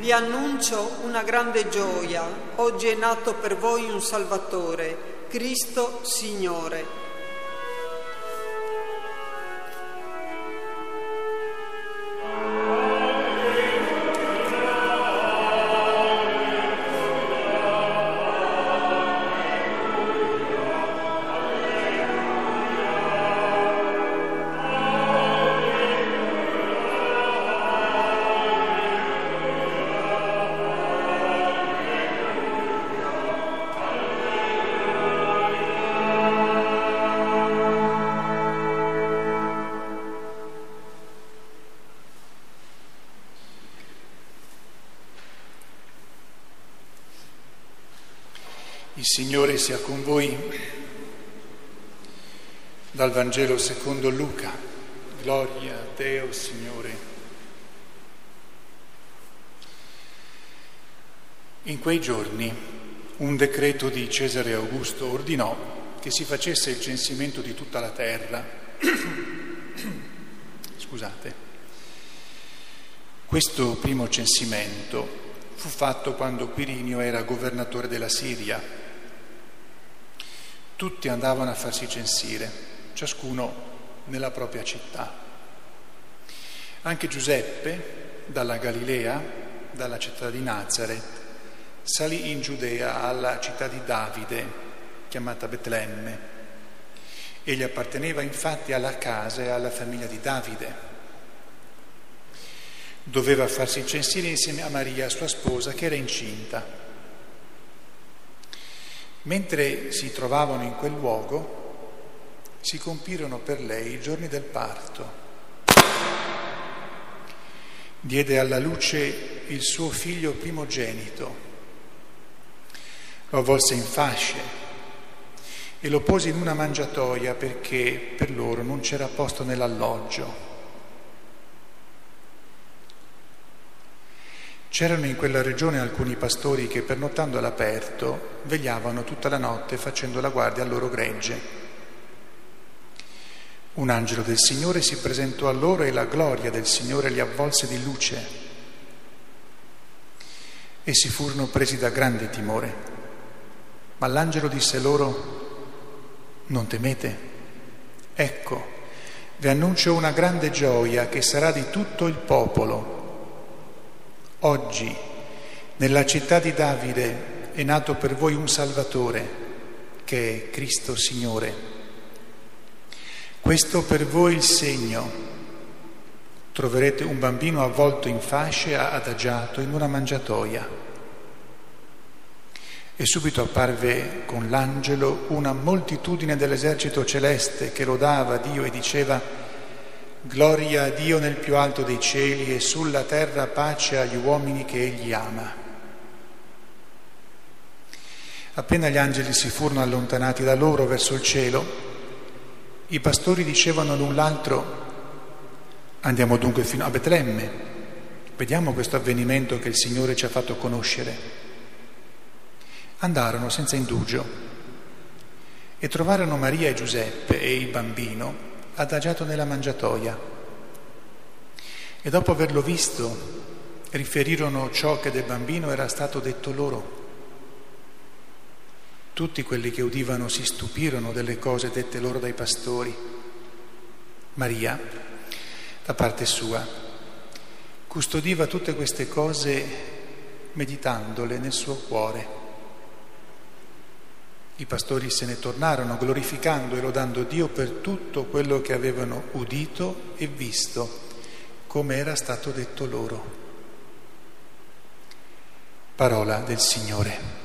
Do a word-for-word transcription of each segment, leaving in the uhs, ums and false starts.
Vi annuncio una grande gioia. Oggi è nato per voi un Salvatore, Cristo Signore. Il Signore sia con voi. Dal Vangelo secondo Luca. Gloria a Deo, Signore. In quei giorni un decreto di Cesare Augusto ordinò che si facesse il censimento di tutta la terra. Scusate. Questo primo censimento fu fatto quando Quirinio era governatore della Siria. Tutti andavano a farsi censire, ciascuno nella propria città. Anche Giuseppe, dalla Galilea, dalla città di Nazaret, salì in Giudea alla città di Davide, chiamata Betlemme. Egli apparteneva infatti alla casa e alla famiglia di Davide. Doveva farsi censire insieme a Maria, sua sposa, che era incinta. Mentre si trovavano in quel luogo, si compirono per lei i giorni del parto. Diede alla luce il suo figlio primogenito, lo avvolse in fasce e lo pose in una mangiatoia perché per loro non c'era posto nell'alloggio. C'erano in quella regione alcuni pastori che, pernottando all'aperto, vegliavano tutta la notte facendo la guardia al loro gregge. Un angelo del Signore si presentò a loro e la gloria del Signore li avvolse di luce. Essi furono presi da grande timore. Ma l'angelo disse loro: non temete. Ecco, vi annuncio una grande gioia che sarà di tutto il popolo. Oggi, nella città di Davide, è nato per voi un Salvatore, che è Cristo Signore. Questo per voi il segno. Troverete un bambino avvolto in fasce, adagiato in una mangiatoia. E subito apparve con l'angelo una moltitudine dell'esercito celeste che lodava Dio e diceva: gloria a Dio nel più alto dei cieli e sulla terra pace agli uomini che Egli ama. Appena gli angeli si furono allontanati da loro verso il cielo, i pastori dicevano l'un l'altro: andiamo dunque fino a Betlemme, vediamo questo avvenimento che il Signore ci ha fatto conoscere. Andarono senza indugio e trovarono Maria e Giuseppe e il bambino adagiato nella mangiatoia, e dopo averlo visto riferirono ciò che del bambino era stato detto loro. Tutti quelli che udivano si stupirono delle cose dette loro dai pastori. Maria, da parte sua, custodiva tutte queste cose meditandole nel suo cuore. I pastori se ne tornarono glorificando e lodando Dio per tutto quello che avevano udito e visto, come era stato detto loro. Parola del Signore.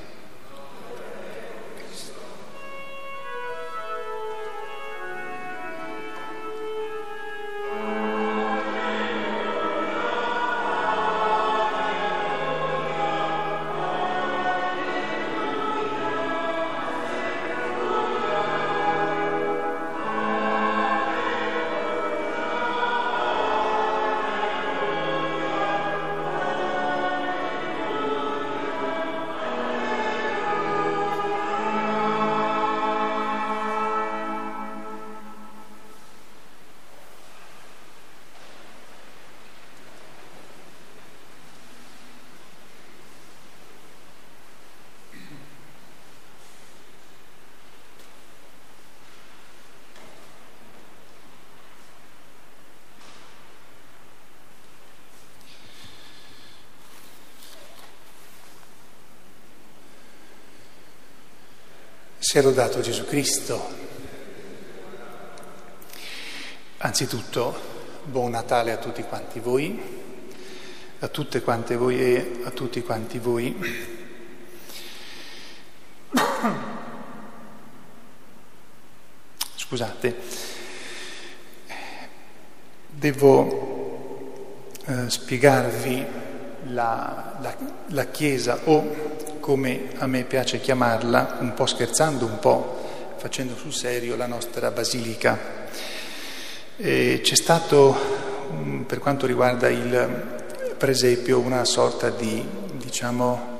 Sia lodato Gesù Cristo. Anzitutto, buon Natale a tutti quanti voi, a tutte quante voi e a tutti quanti voi. Scusate, devo eh, spiegarvi la, la, la Chiesa, o come a me piace chiamarla, un po' scherzando, un po' facendo sul serio, la nostra basilica. E c'è stato, per quanto riguarda il presepio, una sorta di, diciamo,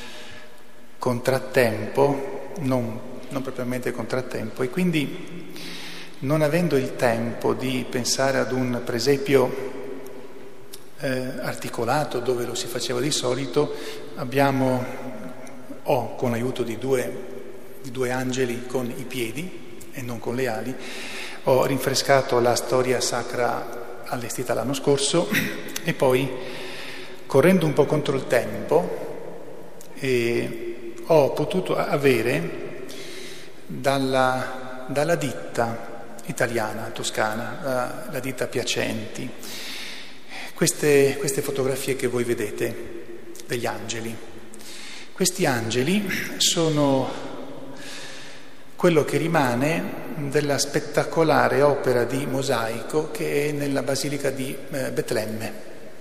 contrattempo, non, non propriamente contrattempo, e quindi, non avendo il tempo di pensare ad un presepio eh, articolato dove lo si faceva di solito, abbiamo Ho, con l'aiuto di due, di due angeli con i piedi e non con le ali, ho rinfrescato la storia sacra allestita l'anno scorso e poi, correndo un po' contro il tempo, eh, ho potuto avere dalla, dalla ditta italiana, toscana, la, la ditta Piacenti, queste, queste fotografie che voi vedete degli angeli. Questi angeli sono quello che rimane della spettacolare opera di mosaico che è nella Basilica di eh, Betlemme.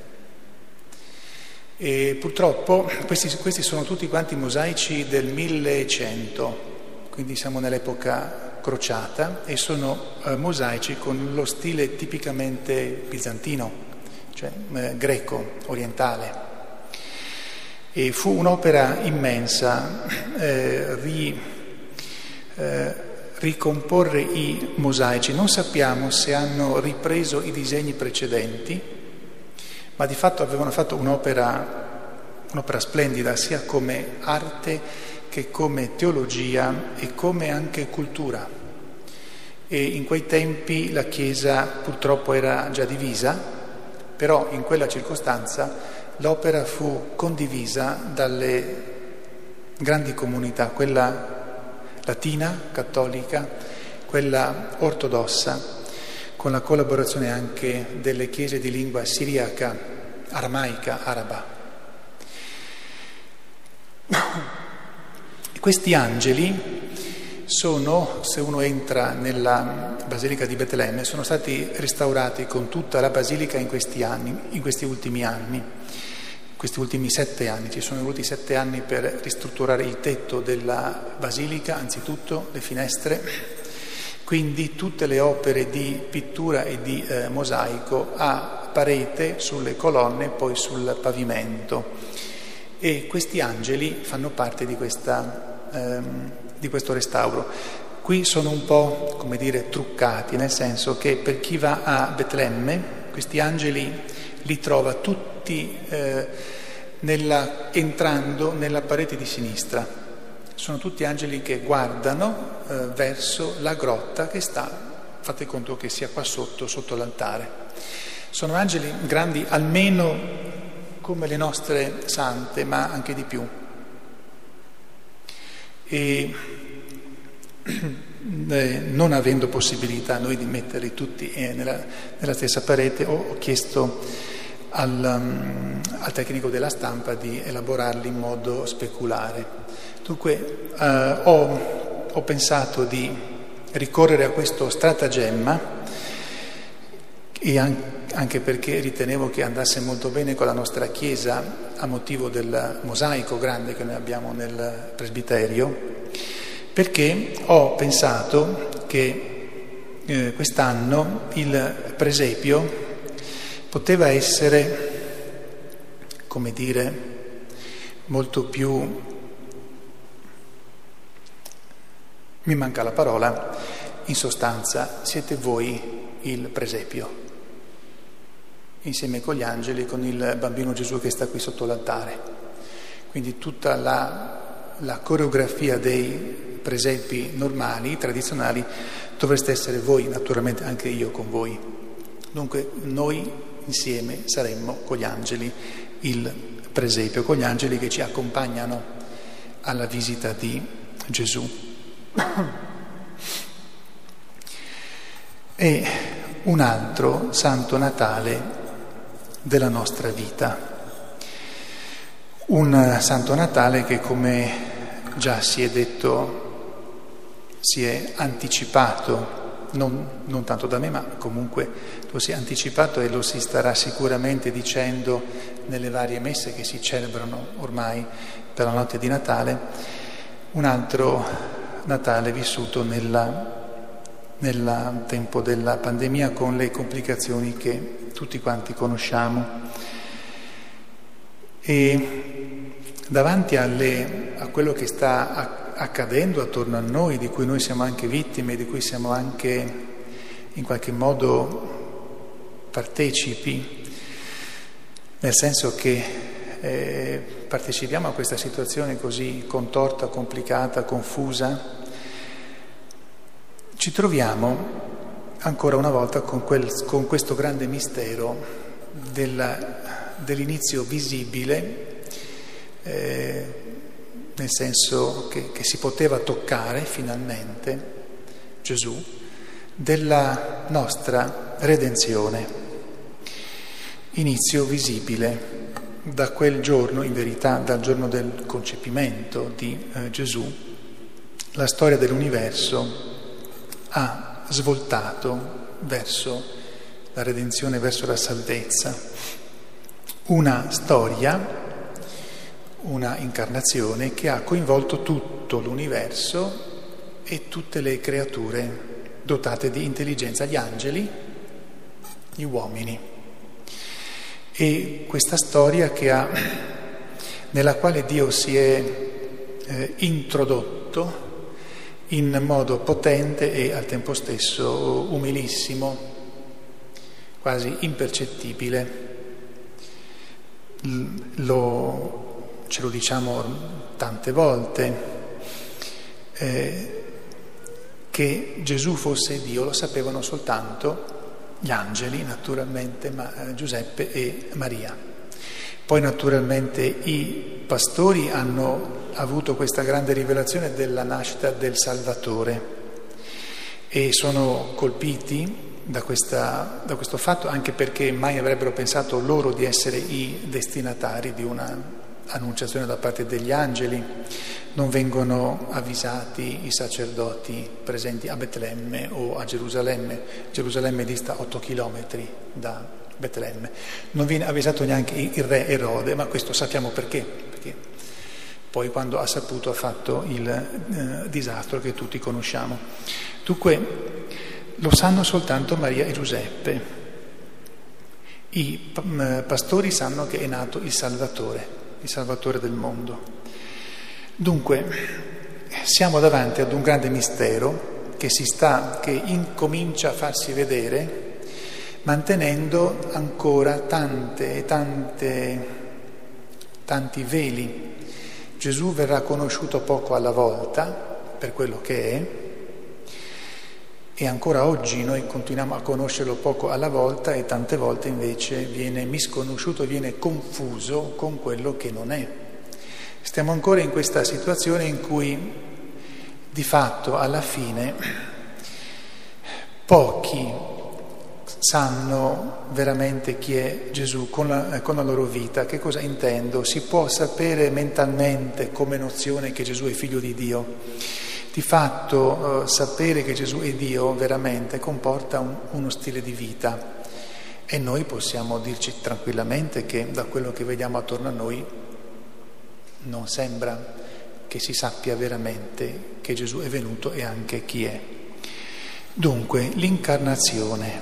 E purtroppo questi, questi sono tutti quanti mosaici del millecento, quindi siamo nell'epoca crociata, e sono eh, mosaici con lo stile tipicamente bizantino, cioè eh, greco, orientale. E fu un'opera immensa eh, ri, eh, ricomporre i mosaici. Non sappiamo se hanno ripreso i disegni precedenti, ma di fatto avevano fatto un'opera, un'opera splendida, sia come arte che come teologia e come anche cultura. E in quei tempi la Chiesa purtroppo era già divisa, però in quella circostanza l'opera fu condivisa dalle grandi comunità, quella latina, cattolica, quella ortodossa, con la collaborazione anche delle chiese di lingua siriaca, aramaica, araba. Questi angeli sono, se uno entra nella Basilica di Betlemme, sono stati restaurati con tutta la Basilica in questi anni, in questi ultimi anni. Questi ultimi sette anni, ci sono voluti sette anni per ristrutturare il tetto della Basilica, anzitutto le finestre, quindi tutte le opere di pittura e di eh, mosaico a parete, sulle colonne, poi sul pavimento. E questi angeli fanno parte di, questa, ehm, di questo restauro. Qui sono un po', come dire, truccati, nel senso che per chi va a Betlemme, questi angeli li trova tutti eh, nella, entrando nella parete di sinistra. Sono tutti angeli che guardano eh, verso la grotta che sta, fate conto che sia qua sotto, sotto l'altare. Sono angeli grandi almeno come le nostre sante, ma anche di più. E eh, non avendo possibilità noi di metterli tutti eh, nella, nella stessa parete, ho, ho chiesto Al, um, al tecnico della stampa di elaborarli in modo speculare. Dunque uh, ho, ho pensato di ricorrere a questo stratagemma, e an- anche perché ritenevo che andasse molto bene con la nostra Chiesa a motivo del mosaico grande che noi abbiamo nel presbiterio, perché ho pensato che eh, quest'anno il presepio poteva essere, come dire, molto più, mi manca la parola, in sostanza siete voi il presepio, insieme con gli angeli e con il bambino Gesù che sta qui sotto l'altare. Quindi tutta la, la coreografia dei presepi normali, tradizionali, dovreste essere voi, naturalmente anche io con voi. Dunque noi insieme saremmo con gli angeli il presepio, con gli angeli che ci accompagnano alla visita di Gesù. E un altro Santo Natale della nostra vita. Un Santo Natale che, come già si è detto, si è anticipato, non, non tanto da me, ma comunque lo si è anticipato e lo si starà sicuramente dicendo nelle varie messe che si celebrano ormai per la notte di Natale, un altro Natale vissuto nella, nel tempo della pandemia con le complicazioni che tutti quanti conosciamo. E davanti alle, a quello che sta accadendo attorno a noi, di cui noi siamo anche vittime, di cui siamo anche in qualche modo partecipi, nel senso che eh, partecipiamo a questa situazione così contorta, complicata, confusa, ci troviamo ancora una volta con, quel, con questo grande mistero della dell'inizio visibile, eh, nel senso che, che si poteva toccare finalmente Gesù, della nostra redenzione. Inizio visibile da quel giorno, in verità dal giorno del concepimento di eh, Gesù, la storia dell'universo ha svoltato verso la redenzione, verso la salvezza. Una storia, una incarnazione che ha coinvolto tutto l'universo e tutte le creature dotate di intelligenza, gli angeli, gli uomini. E questa storia che ha, nella quale Dio si è eh, introdotto in modo potente e al tempo stesso umilissimo, quasi impercettibile. Lo, ce lo diciamo tante volte, eh, che Gesù fosse Dio lo sapevano soltanto gli angeli, naturalmente, ma eh, Giuseppe e Maria. Poi naturalmente i pastori hanno avuto questa grande rivelazione della nascita del Salvatore e sono colpiti Da, questa, da questo fatto, anche perché mai avrebbero pensato loro di essere i destinatari di una annunciazione da parte degli angeli. Non vengono avvisati i sacerdoti presenti a Betlemme o a Gerusalemme. Gerusalemme dista otto chilometri da Betlemme. Non viene avvisato neanche il re Erode, ma questo sappiamo perché, perché poi quando ha saputo ha fatto il eh, disastro che tutti conosciamo. Dunque, lo sanno soltanto Maria e Giuseppe. I pastori sanno che è nato il Salvatore, il Salvatore del mondo. Dunque, siamo davanti ad un grande mistero che si sta, che incomincia a farsi vedere, mantenendo ancora tante e tante, tanti veli. Gesù verrà conosciuto poco alla volta, per quello che è, e ancora oggi noi continuiamo a conoscerlo poco alla volta e tante volte invece viene misconosciuto, viene confuso con quello che non è. Stiamo ancora in questa situazione in cui di fatto alla fine pochi sanno veramente chi è Gesù con la, con la loro vita. Che cosa intendo? Si può sapere mentalmente come nozione che Gesù è figlio di Dio. Di fatto eh, sapere che Gesù è Dio veramente comporta un, uno stile di vita e noi possiamo dirci tranquillamente che da quello che vediamo attorno a noi non sembra che si sappia veramente che Gesù è venuto e anche chi è. Dunque l'incarnazione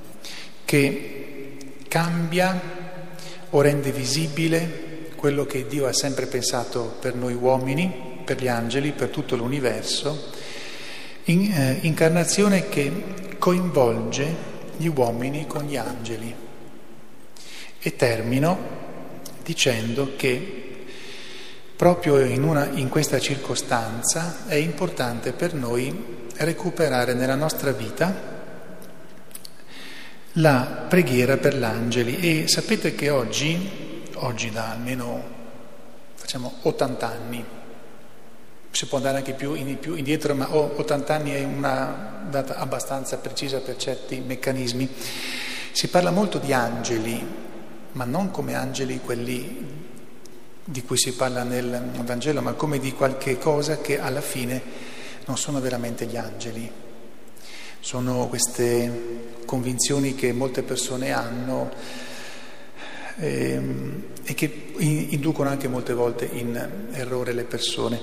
che cambia o rende visibile quello che Dio ha sempre pensato per noi uomini, per gli angeli, per tutto l'universo, in, eh, incarnazione che coinvolge gli uomini con gli angeli. E termino dicendo che proprio in, una, in questa circostanza è importante per noi recuperare nella nostra vita la preghiera per gli angeli. E sapete che oggi, oggi da almeno facciamo ottanta anni, Si può andare anche più, in, più indietro, ma ottanta anni è una data abbastanza precisa per certi meccanismi. Si parla molto di angeli, ma non come angeli quelli di cui si parla nel Vangelo, ma come di qualche cosa che alla fine non sono veramente gli angeli. Sono queste convinzioni che molte persone hanno ehm, e che inducono anche molte volte in errore le persone.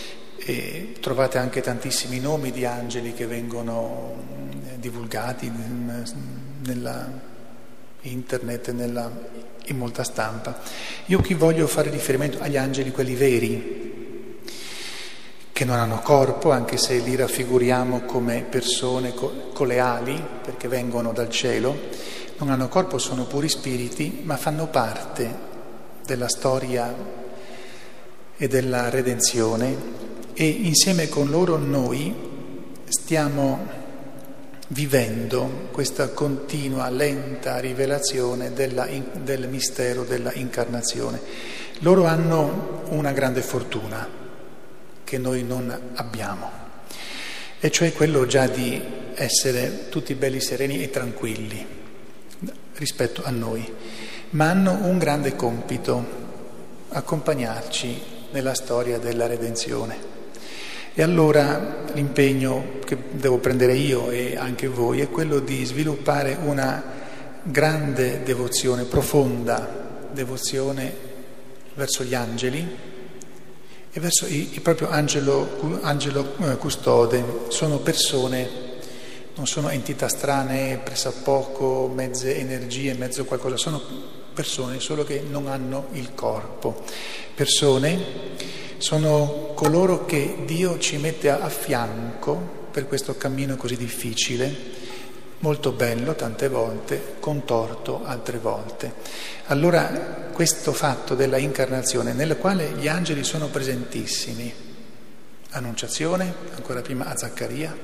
E trovate anche tantissimi nomi di angeli che vengono divulgati nella internet, nella, in molta stampa. Io qui voglio fare riferimento agli angeli, quelli veri, che non hanno corpo, anche se li raffiguriamo come persone con le ali, perché vengono dal cielo. Non hanno corpo, sono puri spiriti, ma fanno parte della storia e della redenzione, e insieme con loro noi stiamo vivendo questa continua, lenta rivelazione della, del mistero della incarnazione. Loro hanno una grande fortuna che noi non abbiamo, e cioè quello già di essere tutti belli sereni e tranquilli rispetto a noi, ma hanno un grande compito: accompagnarci nella storia della redenzione. E allora l'impegno che devo prendere io e anche voi è quello di sviluppare una grande devozione, profonda devozione verso gli angeli e verso il, il proprio angelo, angelo eh, custode. Sono persone, non sono entità strane, pressappoco mezze energie, mezzo qualcosa, sono persone solo che non hanno il corpo. Persone sono coloro che Dio ci mette a fianco per questo cammino così difficile, molto bello tante volte, contorto altre volte. Allora questo fatto della incarnazione, nel quale gli angeli sono presentissimi, Annunciazione, ancora prima a Zaccaria,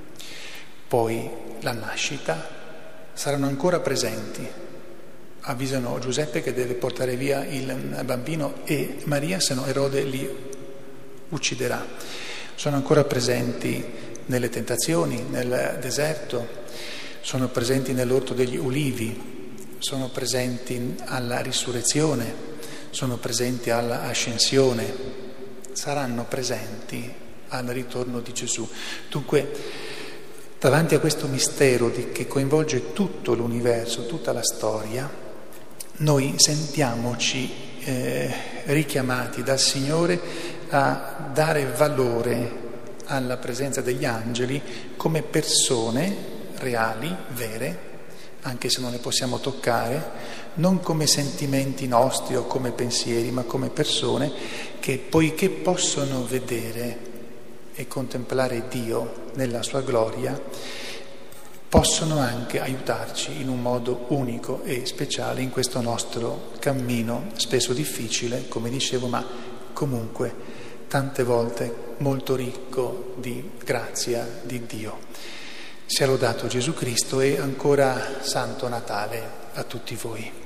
poi la nascita, saranno ancora presenti. Avvisano Giuseppe che deve portare via il bambino e Maria, se no Erode li ucciderà. Sono ancora presenti nelle tentazioni, nel deserto, sono presenti nell'orto degli ulivi, sono presenti alla risurrezione, sono presenti alla ascensione, saranno presenti al ritorno di Gesù. Dunque, davanti a questo mistero di, che coinvolge tutto l'universo, tutta la storia, noi sentiamoci eh, richiamati dal Signore a dare valore alla presenza degli angeli come persone reali, vere, anche se non le possiamo toccare, non come sentimenti nostri o come pensieri, ma come persone che, poiché possono vedere e contemplare Dio nella sua gloria, possono anche aiutarci in un modo unico e speciale in questo nostro cammino, spesso difficile, come dicevo, ma comunque tante volte molto ricco di grazia di Dio. Sia lodato Gesù Cristo e ancora Santo Natale a tutti voi.